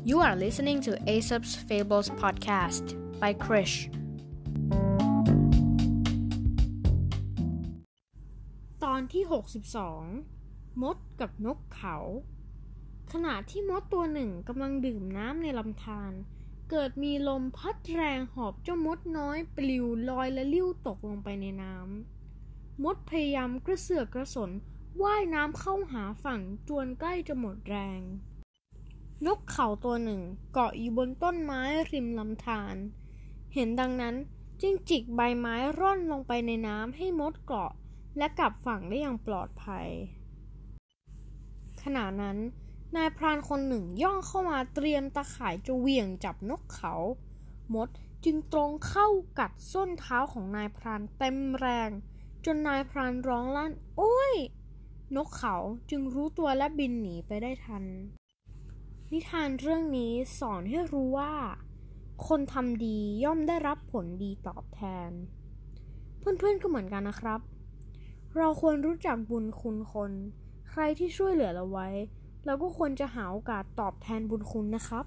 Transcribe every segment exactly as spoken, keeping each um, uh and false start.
You are listening to Aesop's Fables podcast by Krish ตอนที่หกสิบสองมดกับนกเขาขณะที่มดตัวหนึ่งกำลังดื่มน้ำในลำธารเกิดมีลมพัดแรงหอบเจ้ามดน้อยปลิวลอยและลิ้วตกลงไปในน้ำมดพยายามกระเสือกกระสนว่ายน้ำเข้าหาฝั่งจนใกล้จะหมดแรงนกเขาตัวหนึ่งเกาะอยู่บนต้นไม้ริมลำธารเห็นดังนั้นจึงจิกใบไม้ร่อนลงไปในน้ำให้มดเกาะและกลับฝั่งได้อย่างปลอดภัยขณะนั้นนายพรานคนหนึ่งย่องเข้ามาเตรียมตะข่ายจะเหวี่ยงจับนกเขามดจึงตรงเข้ากัดส้นเท้าของนายพรานเต็มแรงจนนายพรานร้องลั่นโอ้ยนกเขาจึงรู้ตัวและบินหนีไปได้ทันนิทานเรื่องนี้สอนให้รู้ว่าคนทำดีย่อมได้รับผลดีตอบแทนเพื่อนๆก็เหมือนกันนะครับเราควรรู้จักบุญคุณคนใครที่ช่วยเหลือเราไว้เราก็ควรจะหาโอกาสตอบแทนบุญคุณนะครับ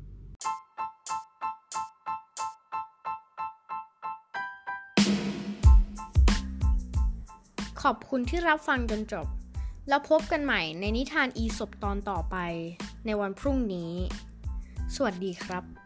ขอบคุณที่รับฟังจนจบแล้วพบกันใหม่ในนิทานอีสปตอนต่อไปในวันพรุ่งนี้สวัสดีครับ